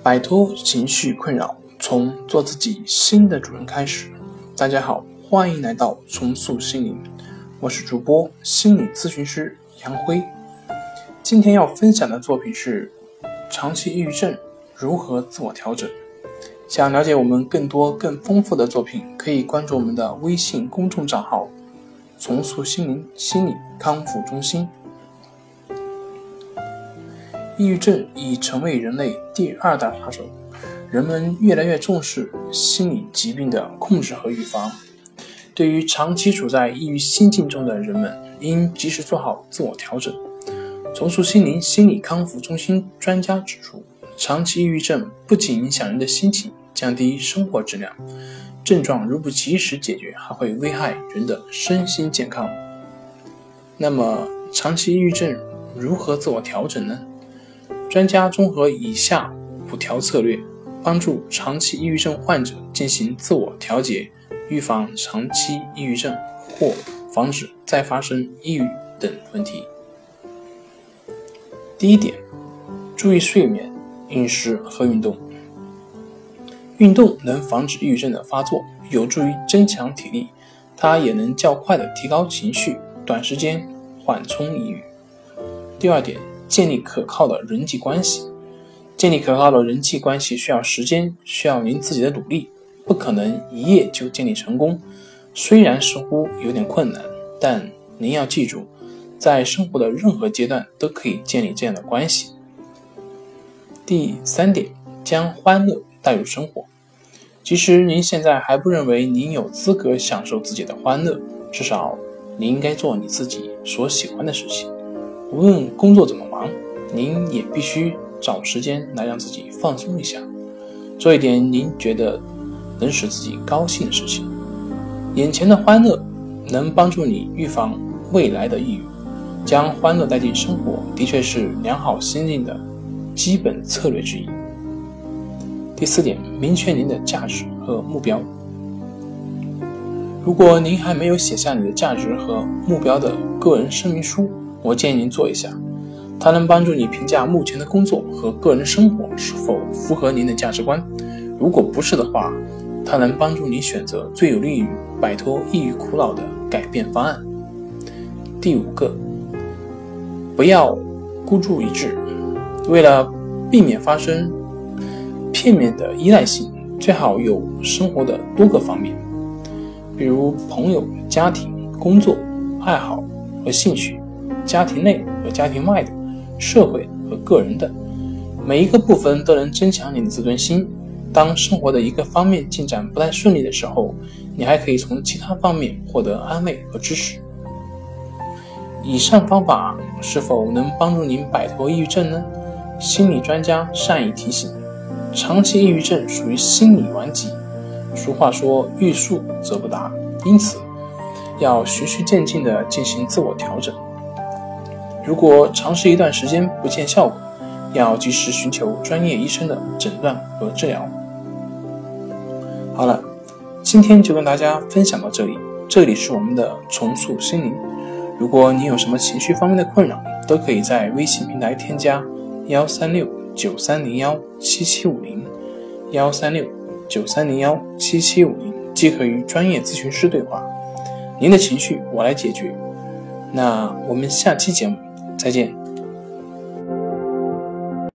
摆脱情绪困扰，从做自己新的主人开始。大家好，欢迎来到重塑心灵，我是主播心理咨询师杨辉。今天要分享的作品是长期抑郁症如何自我调整。想了解我们更多更丰富的作品，可以关注我们的微信公众账号重塑心灵心理康复中心。抑郁症已成为人类第二大杀手，人们越来越重视心理疾病的控制和预防。对于长期处在抑郁心境中的人们，应及时做好自我调整。重塑心灵心理康复中心专家指出，长期抑郁症不仅影响人的心情，降低生活质量，症状如不及时解决，还会危害人的身心健康。那么，长期抑郁症如何自我调整呢？专家综合以下5条策略，帮助长期抑郁症患者进行自我调节，预防长期抑郁症或防止再发生抑郁等问题。第一点，注意睡眠、饮食和运动。运动能防止抑郁症的发作，有助于增强体力，它也能较快地提高情绪，短时间缓冲抑郁。第二点，建立可靠的人际关系。建立可靠的人际关系需要时间，需要您自己的努力，不可能一夜就建立成功。虽然似乎有点困难，但您要记住，在生活的任何阶段都可以建立这样的关系。第三点，将欢乐带入生活。即使您现在还不认为您有资格享受自己的欢乐，至少您应该做你自己所喜欢的事情。无论工作怎么忙，您也必须找时间来让自己放松一下，做一点您觉得能使自己高兴的事情。眼前的欢乐能帮助你预防未来的抑郁，将欢乐带进生活的确是良好心境的基本策略之一。第四点，明确您的价值和目标。如果您还没有写下你的价值和目标的个人声明书，我建议您做一下，它能帮助你评价目前的工作和个人生活是否符合您的价值观。如果不是的话，它能帮助你选择最有利于摆脱抑郁苦恼的改变方案。第5个，不要孤注一掷。为了避免发生片面的依赖性，最好有生活的多个方面，比如朋友、家庭、工作、爱好和兴趣，家庭内和家庭外的，社会和个人的，每一个部分都能增强你的自尊心。当生活的一个方面进展不太顺利的时候，你还可以从其他方面获得安慰和支持。以上方法是否能帮助您摆脱抑郁症呢？心理专家善意提醒，长期抑郁症属于心理顽疾，俗话说欲速则不达，因此要循序渐进地进行自我调整。如果长时一段时间不见效果，要及时寻求专业医生的诊断和治疗。好了，今天就跟大家分享到这里，这里是我们的重塑心灵。如果你有什么情绪方面的困扰，都可以在微信平台添加13693017750 13693017750，即可与专业咨询师对话，您的情绪我来解决。那我们下期节目再见。